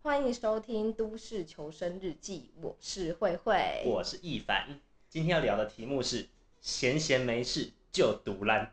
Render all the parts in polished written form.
欢迎收听《都市求生日记》，我是慧慧， 我是易凡。今天要聊的题目是闲闲没事就独烂。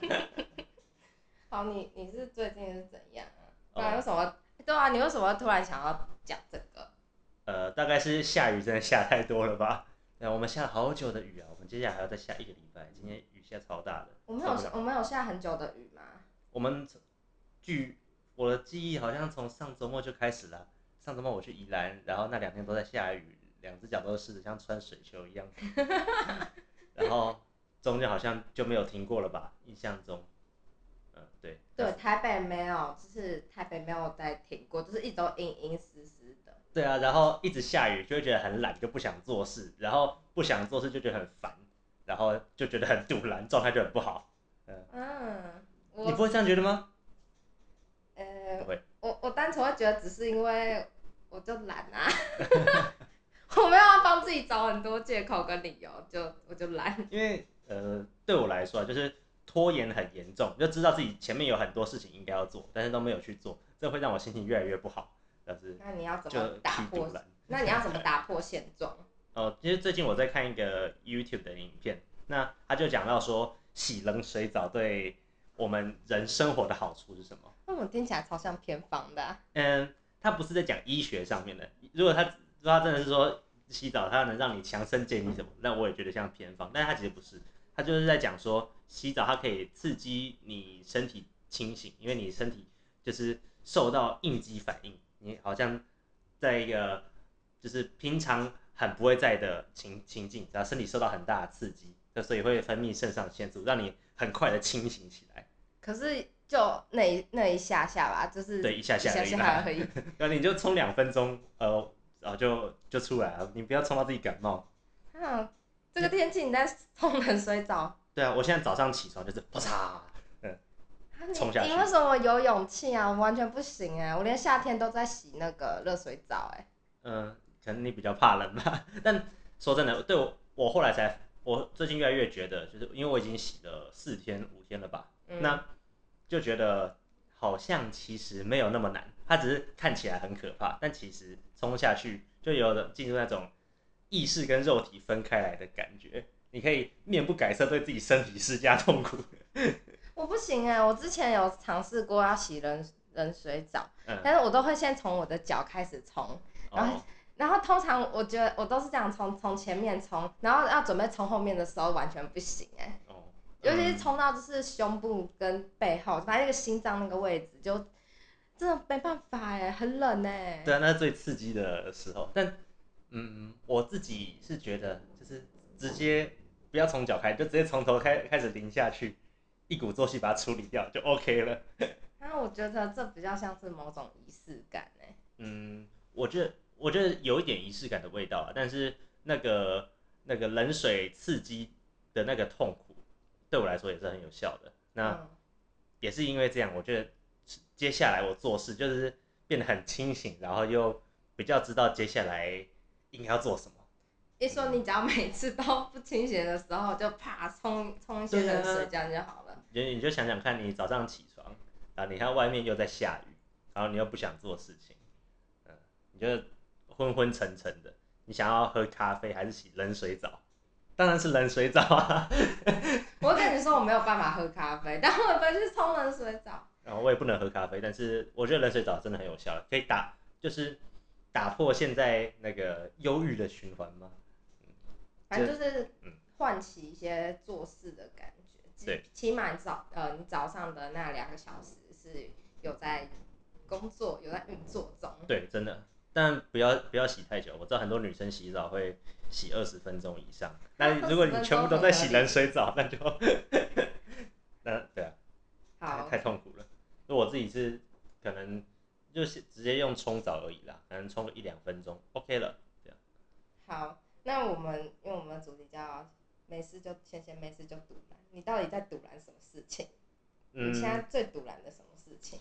好，你是最近是怎样啊？不然为哦， 什么？对啊，你为什么突然想要讲这个？ 大概是下雨真的下太多了吧？对，我们下了好久的雨啊，我们接下来还要再下一个礼拜。今天雨下超大的，受不了。 我们有下很久的雨吗？ 我们据我的记忆，好像从上周末就开始了。上周末我去宜兰，然后那2天都在下雨，两只脚都湿的像穿水球一样。然后中间好像就没有停过了吧？印象中，对。 对，台北没有，就是台北没有在停过，就是一直都阴阴湿湿的。 对啊，然后一直下雨，就会觉得很懒，就不想做事，然后不想做事就觉得很烦，然后就觉得很堵然，状态就很不好。 嗯，我你不会这样觉得吗？不呃， 会。 我单纯会觉得只是因为我就懒啊，我没有要帮自己找很多借口跟理由，我就懒。 因为对我来说啊，就是拖延很严重，就知道自己前面有很多事情应该要做，但是都没有去做，这会让我心情越来越不好，但是那你要怎就么打破？ 去堵然。 那你要怎么打破现状？ 其实最近我在看一个 YouTube 的影片，那他就讲到说，洗冷水澡对我们人生活的好处是什么？ 那我听起来超像偏方的啊、 他不是在讲医学上面的。如果他真的是说洗澡它能让你强身健体什么，那我也觉得像偏方，但是他其实不是，他就是在讲说洗澡它可以刺激你身体清醒，因为你身体就是受到应激反应，你好像在一个就是平常很不会在的情境，然后身体受到很大的刺激，所以会分泌肾上腺素，让你很快的清醒起来。 可是就那一下下吧，就是对，一下一下下而已啦。 下而已。 然后你就冲2分钟，然后就出来了，你不要冲到自己感冒。 啊，这个天气你在冲冷水澡，啊对啊，我现在早上起床就是啪嚓，嗯，冲下去。 你为什么有勇气啊？我完全不行哎、我连夏天都在洗那个热水澡哎、 可能你比较怕冷吧。但说真的，对我后来我最近越来越觉得，就是因为我已经洗了4天5天了吧， 嗯， 那就觉得好像其实没有那么难，它只是看起来很可怕，但其实冲下去就有了进入那种意识跟肉体分开来的感觉，你可以面不改色对自己身体施加痛苦。 我不行哎、我之前有尝试过要洗冷水澡， 嗯， 但是我都会先从我的脚开始冲，然后哦然后通常我觉得我都是这样从前面冲，然后要准备冲后面的时候完全不行哎、 哦， 尤其是冲到就是胸部跟背后，反正那个心脏那个位置，就真的没办法哎，很冷哎。 对啊，那是最刺激的时候。但我自己是觉得，就是直接不要从脚开，就直接从头开始淋下去，一鼓作气把它处理掉就 OK 了。 然后我觉得这比较像是某种仪式感哎。 我觉得有一点仪式感的味道啊，但是那个冷水刺激的那个痛苦，对我来说也是很有效的。那嗯， 也是因为这样，我觉得接下来我做事就是变得很清醒，然后又比较知道接下来应该要做什么。 一说你只要每次都不清醒的时候，就啪冲一些对啊， 冷水，这样就好了。 你就想想看，你早上起床，啊，你看外面又在下雨，然后你又不想做事情，你就昏昏沉沉的，你想要喝咖啡还是洗冷水澡？当然是冷水澡啊。 我跟你说我没有办法喝咖啡，但我会去冲冷水澡。 然后我也不能喝咖啡，但是我觉得冷水澡真的很有效，可以就是打破现在那个忧郁的循环嘛。就反正就是嗯， 唤起一些做事的感觉。 对起码你早上的那2个小时是有在工作，有在运作中。 对，真的，但不要洗太久。我知道很多女生洗澡会洗20分钟以上，那二如果你十分钟全部都在很合理。 洗冷水澡，那就那对啊，太好， 太痛苦了。那我自己是可能就是直接用冲澡而已啦，可能冲个1-2分钟，OK 了。这样， 好，那因为我们的主题叫没事就闲闲没事就堵拦，你到底在堵拦什么事情？你现在嗯， 最堵拦的什么事情？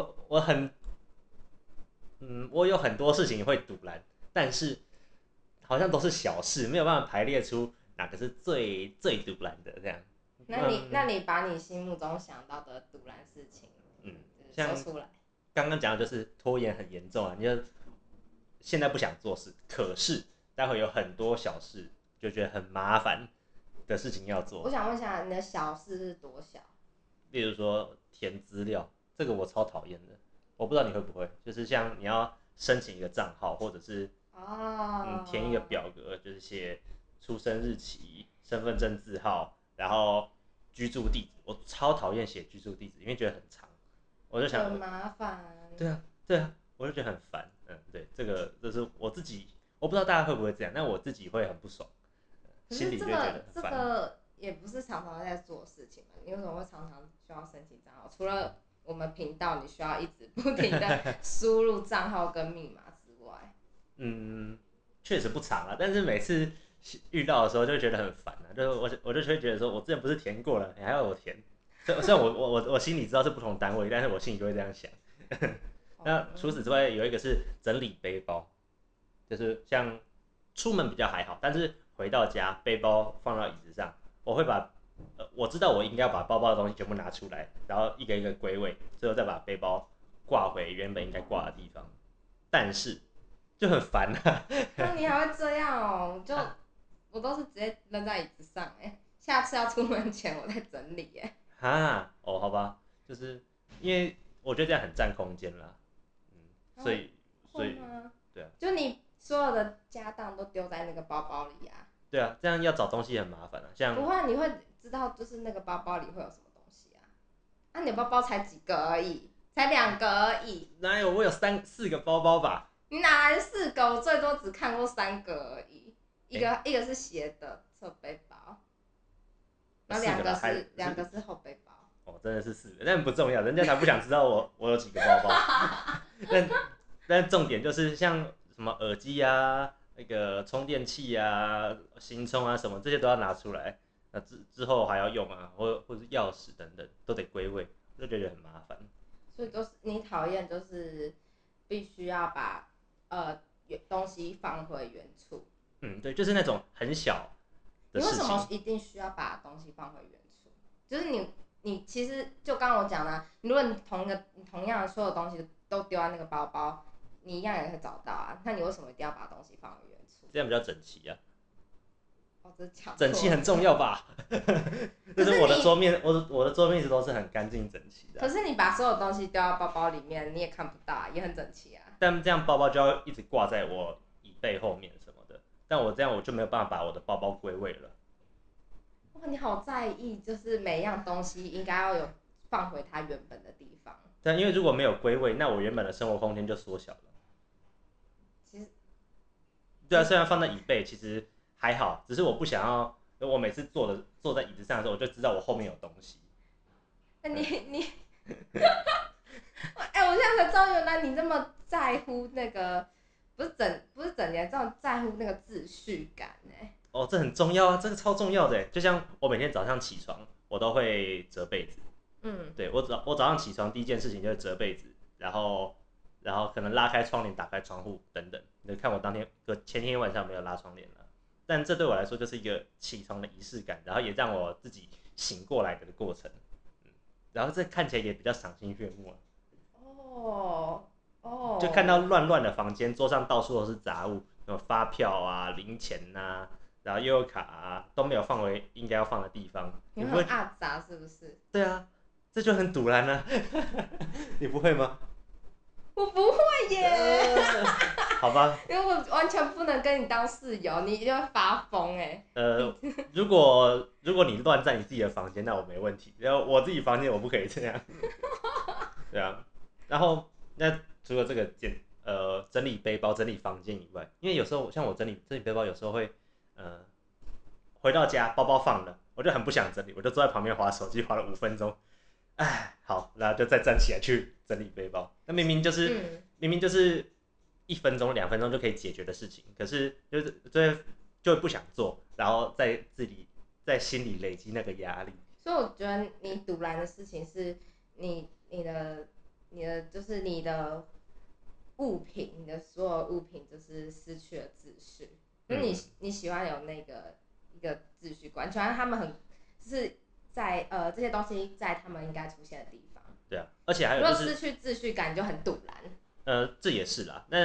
我有很多事情会堵拦，但是好像都是小事，没有办法排列出哪个是最最堵拦的这样。 那你把你心目中想到的堵拦事情， 嗯， 就是说像出来。 刚刚讲的就是拖延很严重啊，你就现在不想做事，可是待会有很多小事就觉得很麻烦的事情要做。 我想问一下，你的小事是多小？ 例如说填资料，这个我超讨厌的，我不知道你会不会，就是像你要申请一个账号，或者是填一个表格，就是写出生日期、身份证字号，然后居住地址，我超讨厌写居住地址，因为觉得很长，我就想很麻烦。 对啊，对啊，我就觉得很烦。对，这是我自己，我不知道大家会不会这样，但我自己会很不爽， 可是心里就觉得很烦。 这个也不是常常在做事情嘛，你为什么会常常需要申请账号？除了我们频道你需要一直不停的输入账号跟密码之外， 确实不长啊，但是每次遇到的时候就觉得很烦啊，就是我就会觉得说，我之前不是填过了，你还要我填？虽然我心里知道是不同单位，但是我心里就会这样想。那除此之外，有一个是整理背包，就是像出门比较还好，但是回到家背包放到椅子上，我会把我知道我应该要把包包的东西全部拿出来，然后一个一个归位，最后再把背包挂回原本应该挂的地方，但是就很烦啊。 那你还会这样哦？我都是直接扔在椅子上下次要出门前我再整理好吧，就是因为我觉得这样很占空间啦，所以对啊， 就你所有的家当都丢在那个包包里啊？ 对啊，这样要找东西很麻烦啊，像不会，你会知道就是那个包包里会有什么东西啊？啊，你的包包才几个而已，才2个而已。 哪有我有4个包包吧？ 你哪来4个？我最多只看过3个而已。一个是斜的侧背包，然后两个是后背包。 哦，真的是4个，但不重要，人家才不想知道我有几个包包。但重点就是像什么耳机啊、那个充电器啊、行充啊什么，这些都要拿出来。那之后还要用啊，或是钥匙等等，都得归位，就觉得很麻烦。 所以就是你讨厌就是必须要把东西放回原处。 对，就是那种很小的事情。 你为什么一定需要把东西放回原处？就是你其实就刚刚我讲的，如果你同样的所有东西都丢在那个包包，你一样也会找到啊。那你为什么一定要把东西放回原处？ 这样比较整齐啊。 整齐很重要吧？就是我的桌面，我的桌面一直都是很干净整齐的。 可是你把所有东西丢到包包里面，你也看不到啊，也很整齐啊。 但这样包包就要一直挂在我椅背后面什么的，但我这样我就没有办法把我的包包归位了。 哇，你好在意，就是每一样东西应该要有放回它原本的地方。 但因为如果没有归位，那我原本的生活空间就缩小了。 其实， 对啊，虽然放在椅背，其实还好，只是我不想要，我每次坐在椅子上的时候，我就知道我后面有东西。 你，我现在才知道，原来你这么在乎那个，不是整洁，这种在乎那个秩序感哦，这很重要啊，这个超重要的。就像我每天早上起床，我都会折被子。对，我早上起床第一件事情就是折被子，然后可能拉开窗帘、打开窗户等等。你看我前天晚上没有拉窗帘了，但这对我来说就是一个起床的仪式感，然后也让我自己醒过来的过程。然后这看起来也比较赏心悦目就看到乱乱的房间，桌上到处都是杂物，什么发票啊、零钱啊，然后悠游卡啊，都没有放回应该要放的地方。 你会很阿杂是不是？ 对啊，这就很堵然啊。你不会吗？ 我不会耶。 好吧。 因为我完全不能跟你当室友，你一定会发疯如果你乱在你自己的房间，那我没问题。然后我自己房间我不可以这样。对啊，然后那除了这个整理背包、整理房间以外，因为有时候像我整理背包，有时候会回到家包包放了，我就很不想整理，我就坐在旁边滑手机，滑了5分钟。好，然后就再站起来去整理背包。那明明就是1分钟、2分钟就可以解决的事情，可是就不想做，然后自己在心里累积那个压力。 所以我觉得你堵拦的事情是你的就是你的物品，你的所有物品就是失去了秩序。就是你喜欢有那个一个秩序观，喜欢他们很就是在这些东西在他们应该出现的地方。 对啊，而且还有如果失去秩序感，就很堵拦。 这也是啦。但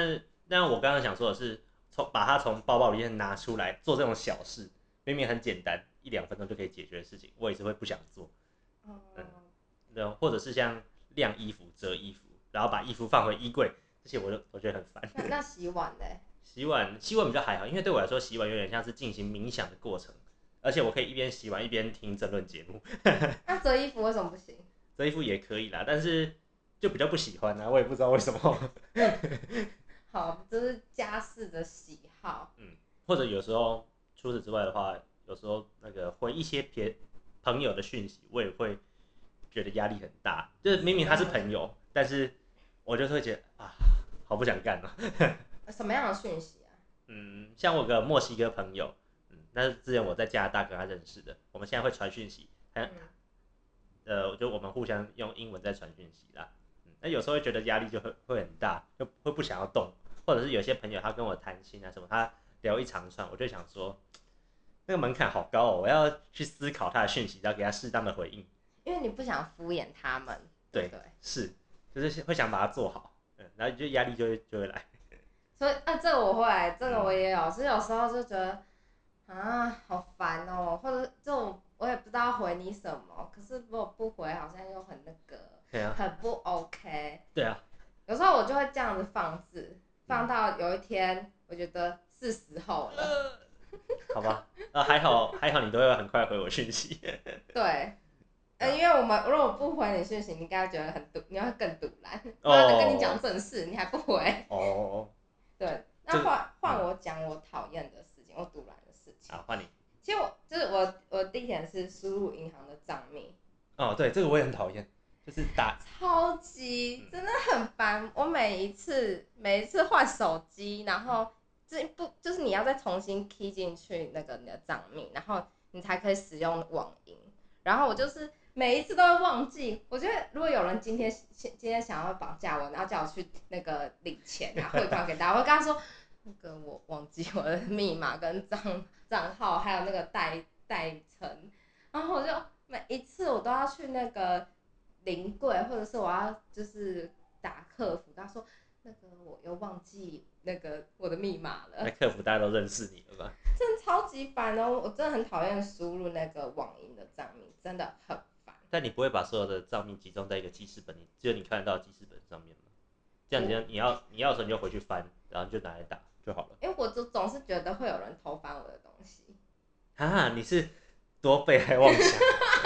但我刚刚想说的是，把它从包包里面拿出来做这种小事，明明很简单，1-2分钟就可以解决的事情，我也是会不想做。 哦、 或者是像晾衣服、折衣服，然后把衣服放回衣柜，这些我觉得很烦。 那洗碗嘞？ 洗碗比较还好，因为对我来说，洗碗有点像是进行冥想的过程，而且我可以一边洗碗一边听争论节目。 那折衣服为什么不行？ 折衣服也可以啦，但是就比较不喜欢啊，我也不知道为什么。 好，这是家事的喜好。 或者有时候除此之外的话，有时候那个回一些朋友的讯息，我也会觉得压力很大。就是明明他是朋友，但是我就是会觉得啊，好不想干哦。 什么样的讯息啊？ 像我有个墨西哥朋友，那是之前我在加拿大跟他认识的，我们现在会传讯息，就我们互相用英文在传讯息啦。那有时候会觉得压力就会很大，就会不想要动，或者是有些朋友他跟我谈心啊什么，他聊一长串，我就想说，那个门槛好高哦，我要去思考他的讯息，然后给他适当的回应。 因为你不想敷衍他们，对不对？ 是，就是会想把它做好，然后就压力就会来。 所以这个我会，这个我也有，是有时候就觉得好烦哦，或者这种我也不知道回你什么，可是如果不回好像又很那个， 对啊， 很不 OK。 对啊， 有时候我就会这样子放置，放到有一天我觉得是时候了。 好吧，还好你都会很快回我讯息。 对，因为如果不回你讯息，你应该觉得你会更堵然。妈的，跟你讲正事，你还不回。 哦， 对，那换我讲我讨厌的事情，我堵然的事情。 好，换你。 其实我第一点是输入银行的账密。 哦，对，这个我也很讨厌，就是超级真的很烦。我每一次换手机，然后就是你要再重新 key 进去那个你的账密，然后你才可以使用网银。然后我就是每一次都会忘记。我觉得如果有人今天想要绑架我，然后叫我去那个领钱啊汇款给大家，我会跟他说那个我忘记我的密码跟账号，还有那个代称，然后我就每一次我都要去那个临柜，或者是我要就是打客服，他说那个我又忘记那个我的密码了。 那客服大家都认识你了吧？ 真的超级烦哦！我真的很讨厌输入那个网银的账密，真的很烦。 但你不会把所有的账密集中在一个记事本里，只有你看得到的记事本上面吗？这样你要的时候你就回去翻，然后就拿来打就好了。 因为我总是觉得会有人偷翻我的东西。 你是多被害妄想？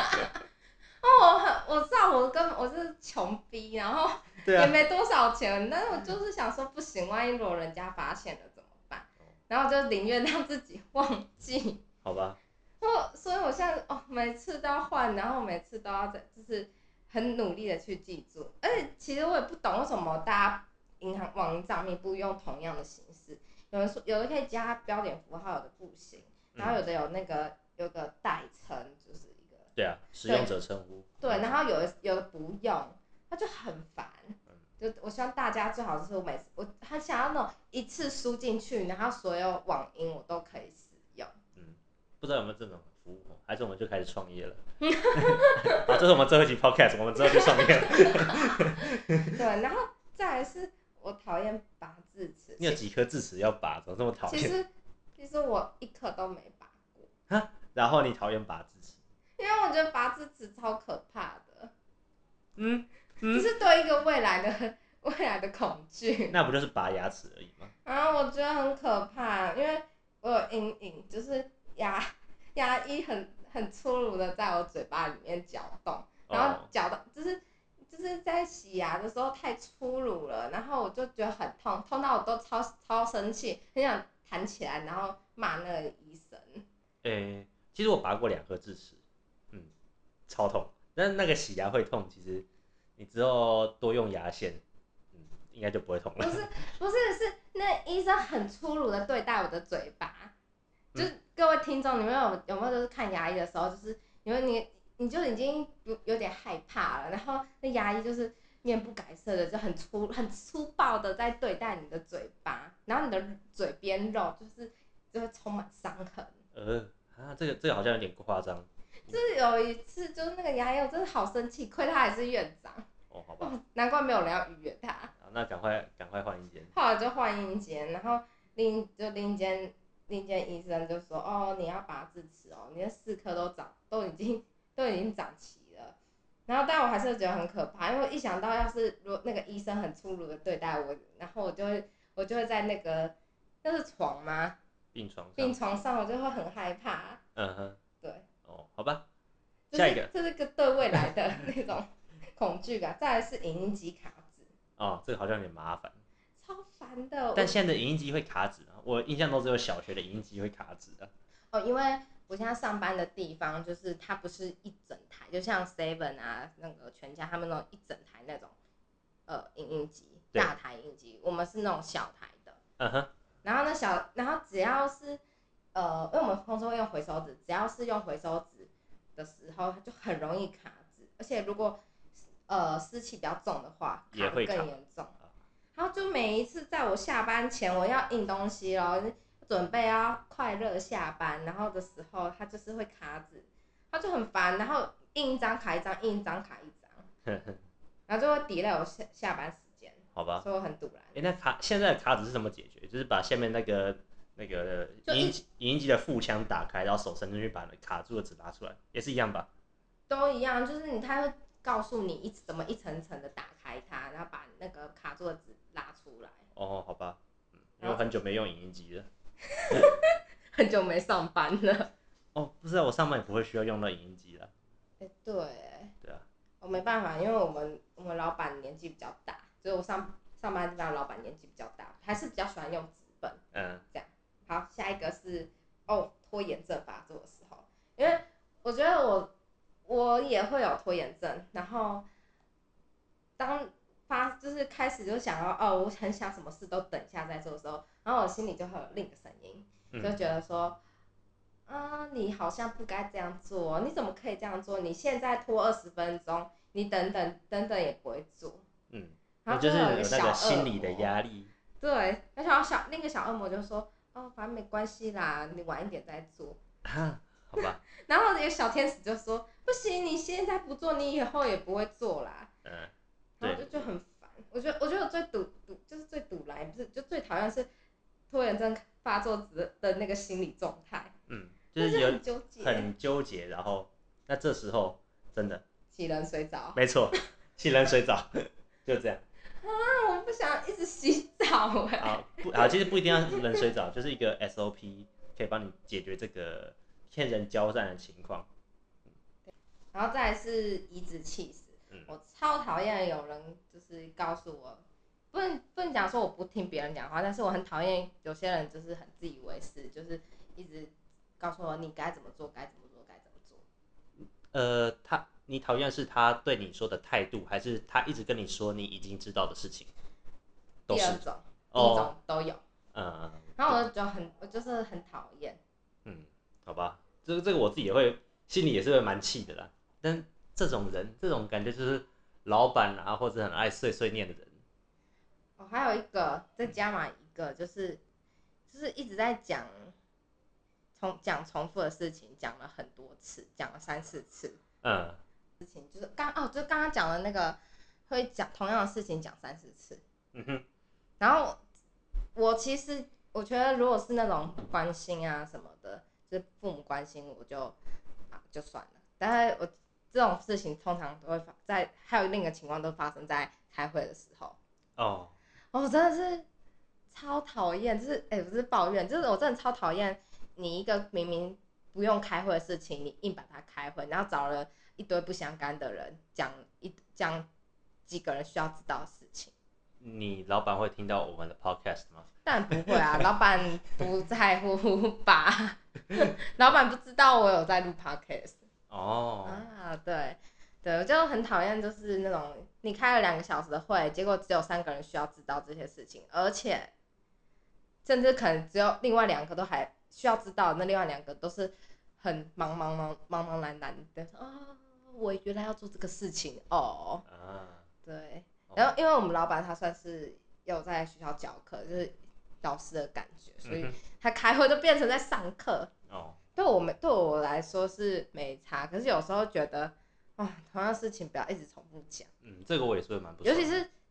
我知道我是穷逼，然后也没多少钱，但是我就是想说不行，万一如果人家发现了怎么办？然后我就宁愿让自己忘记。 好吧。 所以我现在每次都要换，然后每次都要就是很努力的去记住。而且其实我也不懂为什么大家银行网银账密不用同样的形式。有人说有的可以加标点符号，有的不行。然后有的有个代称，就是一个对啊，使用者称呼。 对，然后有的不用，他就很烦。就我希望大家最好就是我很想要那种一次输进去，然后所有网银我都可以使用。 不知道有没有这种服务，还是我们就开始创业了？好，这是我们最后一集 podcast， 我们之后就创业了。 对，然后再来是我讨厌拔智齿。 你有几颗智齿要拔？怎么这么讨厌？ 其实我一颗都没拔过。 然后你讨厌拔智齿？ 因为我觉得拔智齿超可怕的。就是对一个未来的恐惧。 那不就是拔牙齿而已吗？ 我觉得很可怕，因为我有阴影，就是牙医很粗鲁的在我嘴巴里面搅动，然后搅到就是在洗牙的时候太粗鲁了，然后我就觉得很痛，痛到我都超生气，很想弹起来，然后骂那个医生。 其实我拔过2颗智齿，超痛，但是那个洗牙会痛，其实你之后多用牙线，应该就不会痛了。 不是，是那医生很粗鲁的对待我的嘴巴。就是各位听众，你们有没有就是看牙医的时候，就是你就已经有点害怕了，然后那牙医就是面不改色的，就很粗暴的在对待你的嘴巴，然后你的嘴边肉就会充满伤痕。 这个好像有点夸张。 就是有一次，就是那个牙医，我真的好生气，亏他还是院长。 好吧。 难怪没有人要逾越他。 那赶快换一间。 后来就换一间，然后另一间医生就说，哦，你要拔智齿哦，你的4颗都已经长齐了。然后但我还是觉得很可怕，因为一想到要是如果那个医生很粗鲁的对待我，然后我就会在那是床吗？病床上我就会很害怕。 嗯哼。 对。 哦，好吧。 这下一个。 是个对未来的那种恐惧感。再来是影印机卡纸。 哦，这个好像有点麻烦。 超烦的。 但现在的影印机会卡纸啊，我印象中只有小学的影印机会卡纸的。 哦，因为我现在上班的地方就是它不是一整台，就像 Seven 啊那个全家他们那种一整台那种影印机，大台影印机，我们是那种小台的。 嗯哼。 然后只要是因为我们公司会用回收纸，只要是用回收纸的时候，它就很容易卡纸，而且如果湿气比较重的话，卡得更严重。然后就每一次在我下班前，我要印东西咯，准备要快乐下班，然后的时候，它就是会卡纸，它就很烦，然后印一张卡一张，印一张卡一张，然后就会 delay 我下班时间。 好吧。 所以我很堵然。 那现在的卡纸是怎么解决？就是把下面那个影印机的腹腔打开，然后手伸进去把卡住的纸拿出来，也是一样吧？ 都一样，就是它会告诉你怎么一层层的打开它，然后把那个卡住的纸拉出来。 哦，好吧。因为我很久没用影印机了。 很久没上班了。 哦，不是啊，我上班也不会需要用到影印机了。 对。 对啊。 我没办法，因为我们老板年纪比较大，所以我上班的地方老板年纪比较大，还是比较喜欢用纸本。这样。好，下一个是拖延症发作的时候，因为我觉得我也会有拖延症，然后当就是开始就想要我很想什么事都等一下再做的时候，然后我心里就会有另一个声音，就觉得说，你好像不该这样做，你怎么可以这样做？你现在拖20分钟，你等等也不会做。然后就是有那个心理的压力。 对，然后另一个小恶魔就说，反正没关系啦，你晚一点再做。 好吧。 然后有小天使就说，不行，你现在不做，你以后也不会做啦。然后就很烦。我觉得我最就是最堵来，不是就最讨厌是拖延症发作的那个心理状态。 就是很纠结，然后那这时候真的洗冷水澡。 没错，洗冷水澡就这样。 我不想一直洗澡好，其实不一定要冷水澡，就是一个 SOP 可以帮你解决这个天人交战的情况。 然后再来是颐指气使。我超讨厌有人就是告诉我，不能讲说我不听别人讲话，但是我很讨厌有些人就是很自以为是，就是一直告诉我你该怎么做，该怎么做，该怎么做。 你讨厌是他对你说的态度，还是他一直跟你说你已经知道的事情？ 第二种，第一种都有。然后我就是很讨厌。 好吧，这个我自己也会，心里也是会蛮气的啦。但这种人，这种感觉就是老板啊，或者很爱碎碎念的人。 还有一个再加码一个，就是一直在讲重复的事情，讲了很多次，讲了3、4次。事情就是刚刚讲的那个，会讲同样的事情讲3、4次。然后其实我觉得，如果是那种关心啊什么的，就是父母关心我就算了。但是这种事情通常都会还有另一个情况都发生在开会的时候。我真的是超讨厌，就是不是抱怨，就是我真的超讨厌你一个明明不用开会的事情，你硬把它开会，然后找了一堆不相干的人讲几个人需要知道的事情。 你老板会听到我们的 podcast 吗？ 当然不会啊，老板不在乎吧？老板不知道我有在录 podcast。对，我就很讨厌，就是那种你开了2个小时的会，结果只有3个人需要知道这些事情，而且甚至可能只有另外2个都还需要知道，那另外2个都是很茫然的。我原来要做这个事情哦。对。然后因为我们老板他算是有在学校教课，就是老师的感觉，所以他开会就变成在上课。对我来说是没差，可是有时候觉得同样事情不要一直重复讲。 这个我也是会蛮不爽的。 尤其是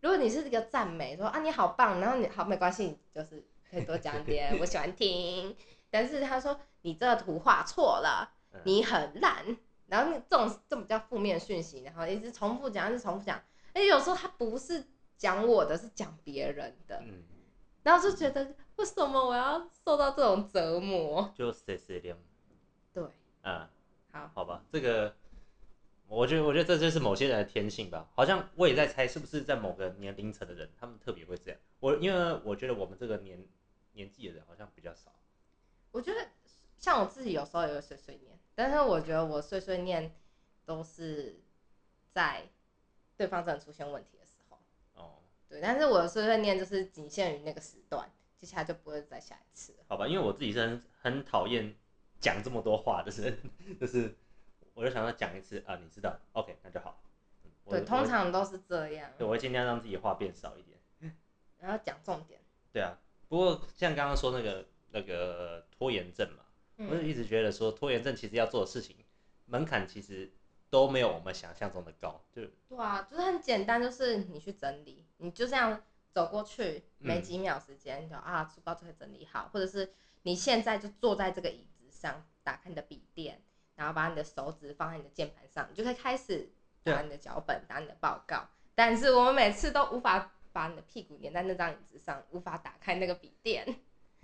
如果你是一个赞美，说啊你好棒，然后你好没关系，你就是可以多讲点，我喜欢听。但是他说你这个图画错了，你很烂，然后这种比较负面讯息，然后一直重复讲，一直重复讲，而且有时候他不是讲我的，是讲别人的，然后就觉得为什么我要受到这种折磨？ 就碎碎念。 对， 好吧，这个我觉得这就是某些人的天性吧。好像我也在猜，是不是在某个年龄层的人，他们特别会这样。因为我觉得我们这个年纪的人好像比较少。 我觉得像我自己有时候也会碎碎念，但是我觉得我碎碎念都是在对方真的出现问题的时候。对，但是我的碎碎念就是仅限于那个时段，接下来就不会再下一次了。 好吧，因为我自己是很讨厌讲这么多话的人，就是我就想要讲一次啊，你知道 ，OK， 那就好。 对，通常都是这样。 对，我会尽量让自己话变少一点， 然后讲重点。 对啊，不过像刚刚说那个拖延症嘛，我就一直觉得说拖延症其实要做的事情门槛其实都没有我们想象中的高，对啊，就是很简单，就是你去整理，你就这样走过去，没几秒时间就书包就可以整理好，或者是你现在就坐在这个椅子上，打开你的笔电，然后把你的手指放在你的键盘上，你就可以开始打你的脚本，打你的报告。但是我们每次都无法把你的屁股粘在那张椅子上，无法打开那个笔电。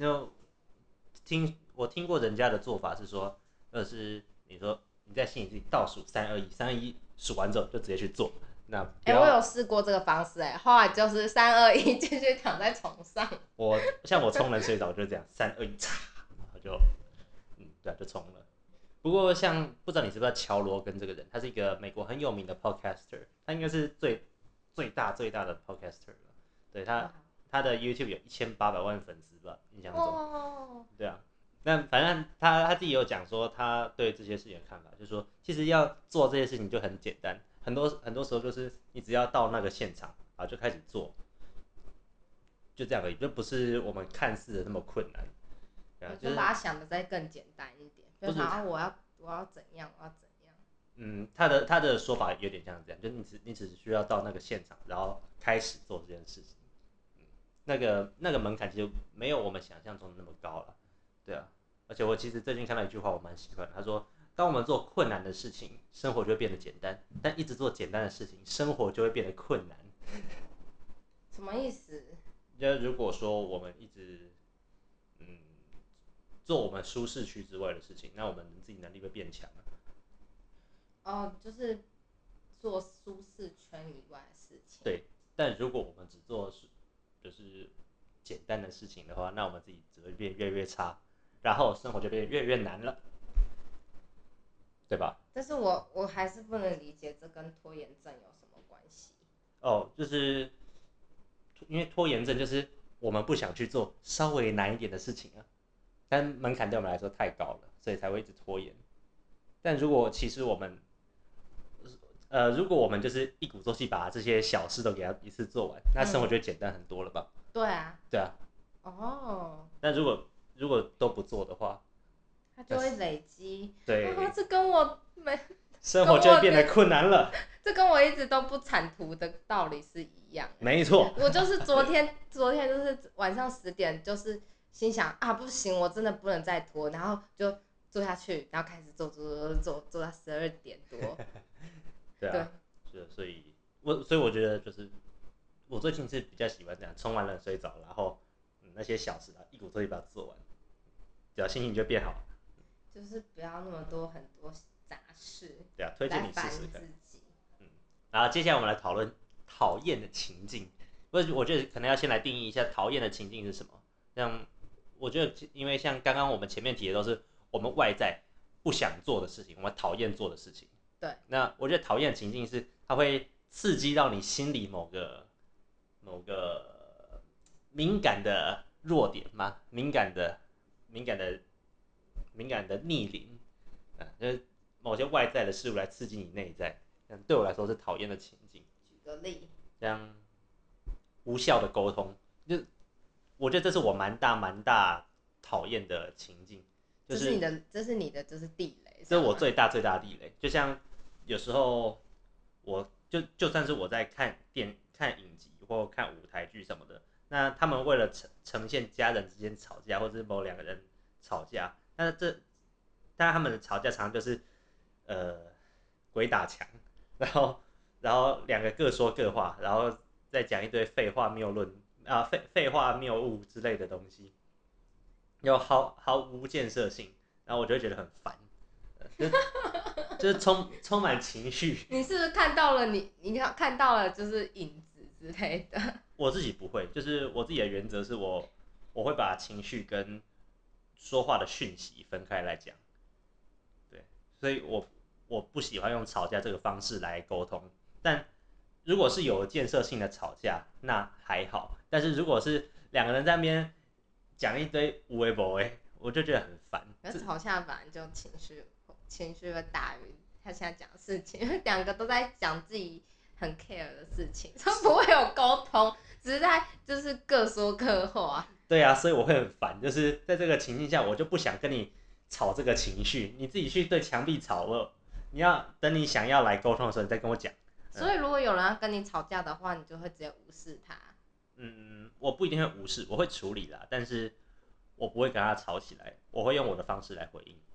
我听过人家的做法是说，是你说你在心里自己倒数3、2、1，3、2、1数完之后就直接去做。那我有试过这个方式后来就是3、2、1继续躺在床上。 像我冲冷水澡就这样3、2、1，然后就对就冲了。不过像不知道你知不知道乔罗根这个人，他是一个美国很有名的 podcaster， 他应该是最大的 podcaster 了。对他的 YouTube 有1800万粉丝吧，印象中。对啊，那反正他自己有讲说他对这些事情的看法，就是说其实要做这些事情就很简单，很多时候就是你只要到那个现场就开始做，就这样而已，就不是我们看似的那么困难。 就把它想的再更简单一点，就是我要怎样，我要怎样。 他的说法有点像这样，就是你只需要到那个现场，然后开始做这件事情。那个门槛其实没有我们想象中的那么高了，对啊。而且我其实最近看到一句话，我蛮喜欢的，他说：“当我们做困难的事情，生活就会变得简单；但一直做简单的事情，生活就会变得困难。” 什么意思？ 就如果说我们一直做我们舒适区之外的事情，那我们自己能力会变强。 就是做舒适圈以外的事情。 对，但如果我们只做就是简单的事情的话，那我们自己只会变越来越差，然后生活就变得越来越难了，对吧？ 但是我还是不能理解这跟拖延症有什么关系。 就是因为拖延症就是我们不想去做稍微难一点的事情但门槛对我们来说太高了，所以才会一直拖延。但如果其实我们如果我们就是一鼓作气把这些小事都给它一次做完，那生活就简单很多了吧？ 对啊。 对啊。但如果都不做的话， 它就会累积。 对。 这跟我生活就会变得困难了。 这跟我一直都不产图的道理是一样。 没错。 我就是昨天就是晚上10点，就是心想不行，我真的不能再拖，然后就做下去，然后开始做到12点多。 对啊。所以我觉得就是我最近是比较喜欢这样，冲完冷水澡，然后那些小事一鼓作气把它做完，只要心情就变好。 就是不要那么多很多杂事。 对啊，推荐你试试看。 自己。 然后接下来我们来讨论讨厌的情境。我觉得可能要先来定义一下讨厌的情境是什么。像我觉得，因为像刚刚我们前面提的都是我们外在不想做的事情，我们讨厌做的事情。 对。 那我觉得讨厌的情境是它会刺激到你心里某个敏感的弱点吗？敏感的逆鳞，就是某些外在的事物来刺激你内在，对我来说是讨厌的情境。 举个例。 像无效的沟通，我觉得这是我蛮大讨厌的情境。 这是你的就是地雷。 这是我最大的地雷。就像有时候就算是我在看影集或看舞台剧什么的，那他们为了呈现家人之间吵架，或者是某两个人吵架，但他们的吵架常常就是鬼打墙，然后两个各说各话，然后再讲一堆废话谬论啊、废话谬误之类的东西，又毫无建设性，然后我就会觉得很烦，就是充满情绪。 你是不是看到了看到了就是影子之类的？ 我自己不会，就是我自己的原则是我会把情绪跟说话的讯息分开来讲，对，所以我不喜欢用吵架这个方式来沟通，但如果是有建设性的吵架，那还好，但是如果是两个人在那边讲一堆无为不为，我就觉得很烦。 可是吵架本来就情绪会大于他现在讲的事情，因为两个都在讲自己很 care 的事情，所以不会有沟通，只是在就是各说各话。 对啊，所以我会很烦，就是在这个情境下，我就不想跟你吵这个情绪，你自己去对墙壁吵你要等你想要来沟通的时候，你再跟我讲。 所以如果有人要跟你吵架的话，你就会直接无视他。 我不一定会无视，我会处理啦，但是我不会跟他吵起来，我会用我的方式来回应。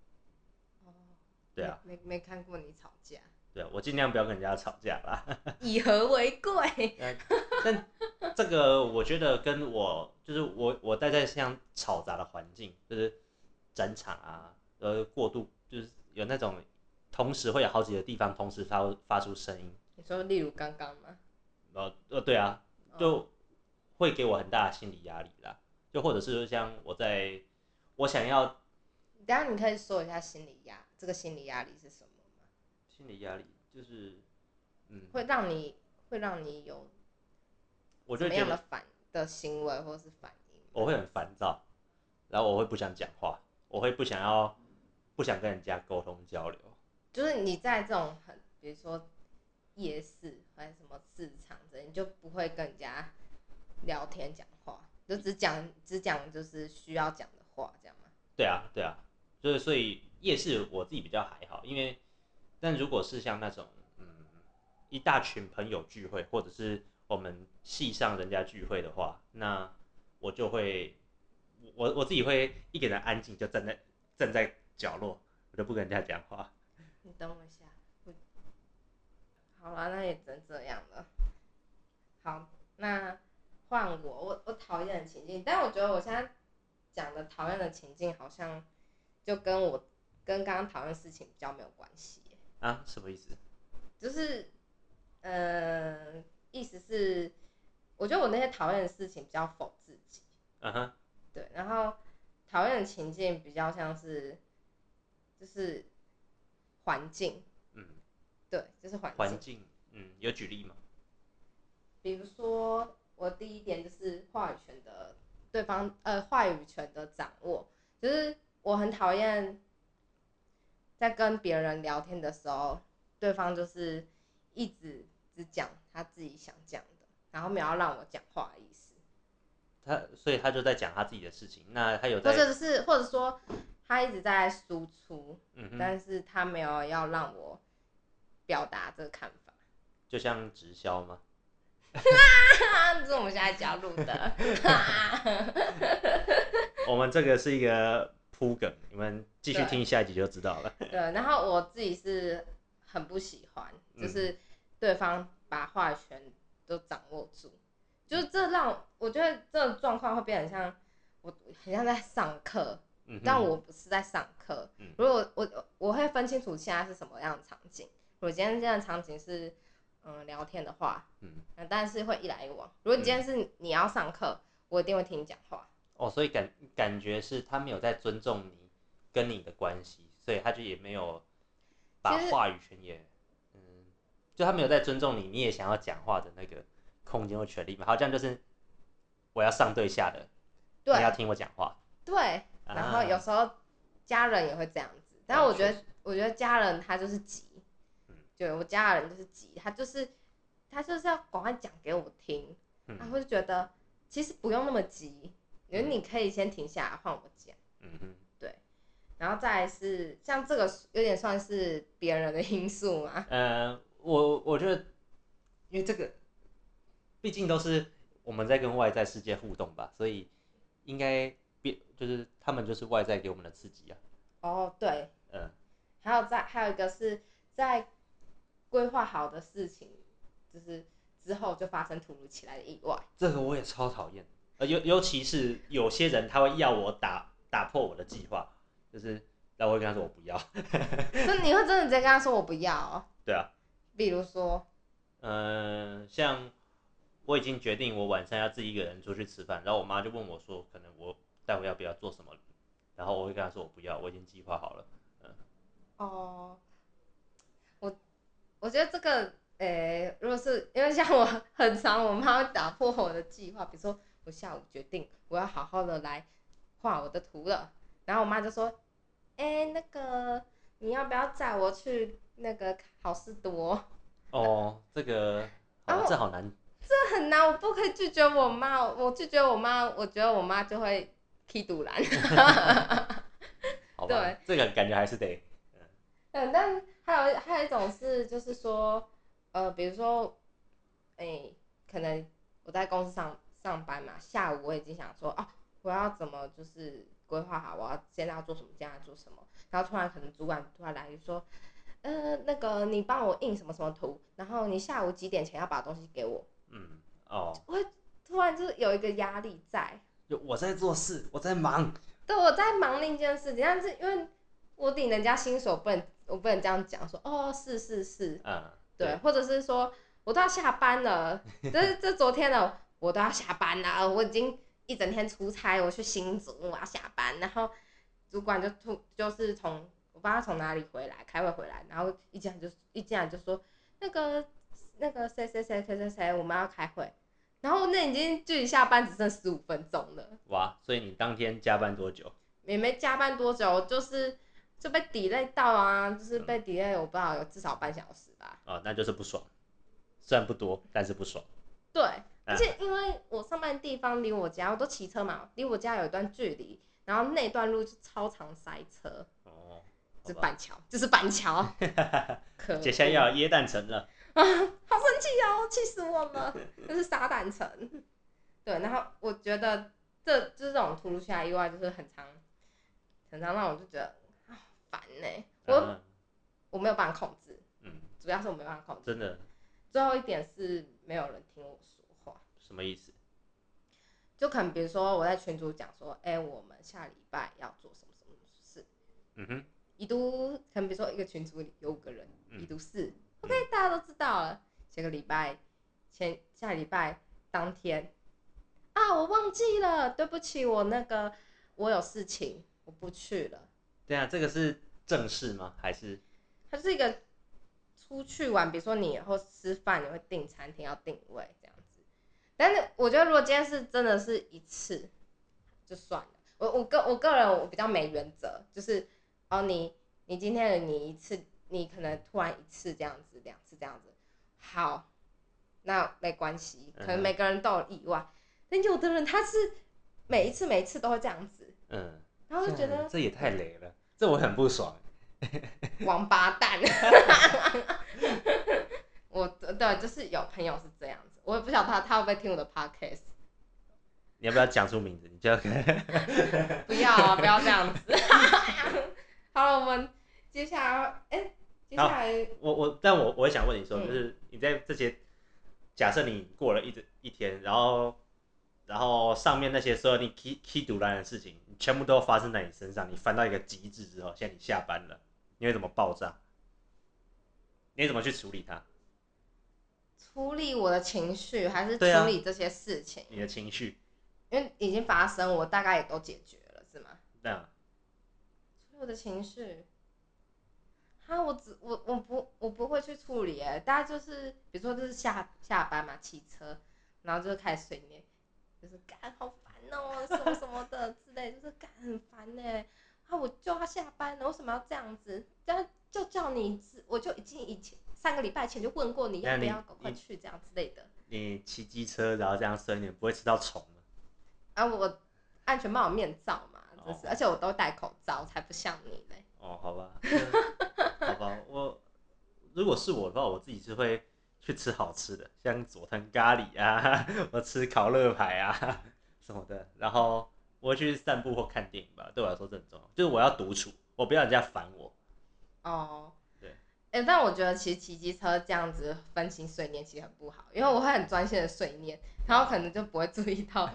对啊， 没看过你吵架。 对啊，我尽量不要跟人家吵架啦。 以和为贵。 但这个我觉得跟就是我待在像吵杂的环境，就是展场啊，过度就是有那种同时会有好几个地方同时发出声音。 你说例如刚刚吗？ 对啊，就会给我很大的心理压力啦。就或者是像我想要， 等一下你可以说一下这个心理压力是什么吗？ 心理压力就是会让你有我什么样的行为或是反应？ 我会很烦躁，然后我会不想讲话，我会不想跟人家沟通交流。 就是你在这种比如说夜市还是什么市场这，你就不会跟人家聊天讲话，就只讲就是需要讲的话，这样吗？ 对啊，所以夜市我自己比较还好，但如果是像那种一大群朋友聚会，或者是我们系上人家聚会的话，那我就会我自己会一个人安静，就站在角落，我就不跟人家讲话。 你等我一下，好啦，那也只能这样了。好，那换我讨厌的情境，但我觉得我现在讲的讨厌的情境好像就跟刚刚讨厌的事情比较没有关系。 啊？什么意思？ 就是意思是，我觉得我那些讨厌的事情比较否自己。 嗯哼。 对，然后讨厌的情境比较像是，就是环境。对，就是环境。有举例吗？ 比如说，我第一点就是话语权的话语权的掌握，就是我很讨厌在跟别人聊天的时候，对方就是一直只讲他自己想讲的，然后没有要让我讲话的意思。 所以他就在讲他自己的事情，那他有在， 或者说他一直在输出，但是他没有要让我表达这个看法。 就像直销吗？ 这是我们现在加入的。 我们这个是一个铺梗，你们继续听下一集就知道了。 对，然后我自己是很不喜欢，就是对方把话语权都掌握住，就是这让我觉得这个状况会变得像很像在上课，但我不是在上课。如果我会分清楚现在是什么样的场景。如果今天这样的场景是聊天的话，但是会一来一往。如果今天是你要上课，我一定会听你讲话。 所以感觉是他没有在尊重你跟你的关系，所以他就也没有把话语权也，就他没有在尊重你，你也想要讲话的那个空间或权利嘛。好像就是我要上对下的，你要听我讲话。 对，然后有时候家人也会这样子，但我觉得家人他就是急，对我家人就是急，他就是要赶快讲给我听，他会觉得其实不用那么急，因为你可以先停下来换我讲。对，然后再来是像这个有点算是别人的因素嘛。 我觉得，因为这个毕竟都是我们在跟外在世界互动吧，所以应该就是他们就是外在给我们的刺激啊。 哦，对， 嗯， 还有一个是在规划好的事情，就是之后就发生突如其来的意外。 这个我也超讨厌，尤其是有些人他会要我打破我的计划，就是然后我会跟他说我不要。 所以你会真的直接跟他说我不要哦？ 对啊， 比如说， 像我已经决定我晚上要自己一个人出去吃饭，然后我妈就问我说，可能我待会要不要做什么，然后我会跟她说我不要，我已经计划好了。 哦，我觉得这个，如果是因为像我很常，我妈会打破我的计划，比如说我下午决定我要好好的来画我的图了，然后我妈就说，那个你要不要载我去那个好事多？ 哦，这个好吧， 然后这好难， 这很难，我不可以拒绝我妈，我拒绝我妈，我觉得我妈就会踢堵拦。 好吧， 对， 这个感觉还是得， 但还有一种是，就是说，比如说，可能我在公司上班嘛，下午我已经想说，啊，我要怎么就是规划好，我要现在要做什么，现在要做什么，然后突然可能主管突然来说，那个你帮我印什么什么图，然后你下午几点前要把东西给我， 哦， 我会突然就是有一个压力在， 就我在做事，我在忙， 对，我在忙另一件事情，但是因为我领人家薪水，我不能这样讲说，哦，是，对， 对， 或者是说我都要下班了，这昨天了，我都要下班了，我已经一整天出差，我去新竹，我要下班，然后主管就是我不知道从哪里回来，开会回来，然后一进来就说那个谁，我们要开会，然后那已经距离下班只剩15分钟了。 哇，所以你当天加班多久？ 也没加班多久，就被 delay 到啊，就是被 delay，我不知道有至少半小时吧。 哦，那就是不爽，虽然不多，但是不爽。 对，而且因为我上班的地方离我家，我都骑车嘛，离我家有一段距离，然后那段路就超常塞车， 哦， 就是板桥，就是板桥，可恶接下来要耶诞城了。 好生气哦，气死我了，这是撒旦城。对，然后我觉得就是这种突如其来意外，就是很常让我就觉得烦呢。我没有办法控制，主要是我没办法控制。 真的， 最后一点是没有人听我说话， 什么意思？ 就可能比如说我在群组讲说，我们下礼拜要做什么什么事，已读可能比如说一个群组里有5个人，已读4，OK，大家都知道了。下礼拜当天啊，我忘记了，对不起，我有事情，我不去了。 对啊，这个是正事吗？还是它是一个出去玩，比如说你以后吃饭，你会订餐厅要定位这样子。但是我觉得如果今天是真的是一次，就算了。我个人我比较没原则，就是你今天你一次，你可能突然1次这样子，2次这样子，好，那没关系，可能每个人都有意外。但有的人他是每一次都会这样子，然后就觉得这也太雷了，这我很不爽。 王八蛋。对，就是有朋友是这样子，我也不晓得他会不会听我的 podcast。 你要不要讲出名字？你就要不要啊，不要这样子。好了，我们接下来，接下来但我也想问你说，就是你在这些，假设你过了一天，然后上面那些所有你 key 堵拦的事情，全部都发生在你身上，你翻到一个极致之后，现在你下班了，你会怎么爆炸？你会怎么去处理它？ 处理我的情绪，还是处理这些事情？ 你的情绪， 因为已经发生，我大概也都解决了，是吗？ 对啊。 处理我的情绪，我不会去处理大家就是比如说就是下班嘛，骑车，然后就开始碎念，就是干好烦哦，什么什么的之类，就是干很烦我就要下班了，为什么要这样子？就叫你，我就已经以前3个礼拜前就问过你要不要赶快去这样之类的。 你骑机车然后这样碎念，不会吃到虫吗？ 我安全帽有面罩嘛，就是，而且我都戴口罩，才不像你嘞。 哦，好吧，好吧，如果是我的话，我自己是会去吃好吃的，像佐藤咖喱啊，我吃烤乐排啊什么的，然后我会去散步或看电影吧，对我来说这很重要，就是我要独处，我不要人家烦我。 哦， 对， 但我觉得其实骑机车这样子分心碎念其实很不好，因为我会很专心的碎念，然后可能就不会注意到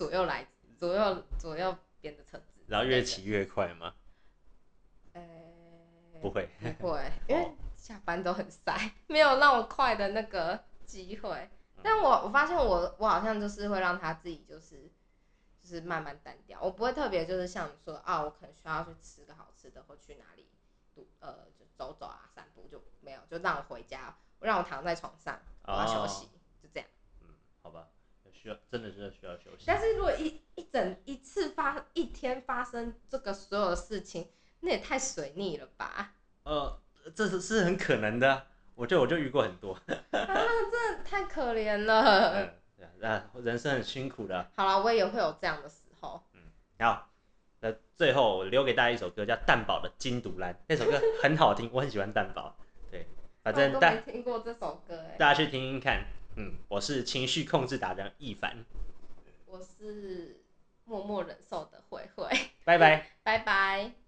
左右边的车子， 然后越骑越快吗？ 呃， 不会， 不会，因为哦， 下班都很塞，没有那么快的那个机会。但我发现我好像就是会让他自己就是慢慢单调，我不会特别就是像你说啊，我可能需要去吃个好吃的，或去哪里就走走啊散步就没有，就让我回家，让我躺在床上，我要休息，就这样。 嗯，好吧，真的是需要休息。 但是如果一天发生这个所有的事情，那也太水逆了吧？ 这是很可能的啊，我就遇过很多。 真的太可怜了。 对啊，人生很辛苦的啊。 好了，我也会有这样的时候。 好，那最后我留给大家一首歌，叫蛋堡的《金独兰》，那首歌很好听，我很喜欢蛋堡。对，反正我都没听过这首歌哎。 大家去听听看。我是情绪控制达人易凡， 我是默默忍受的慧慧， 拜拜。 拜拜。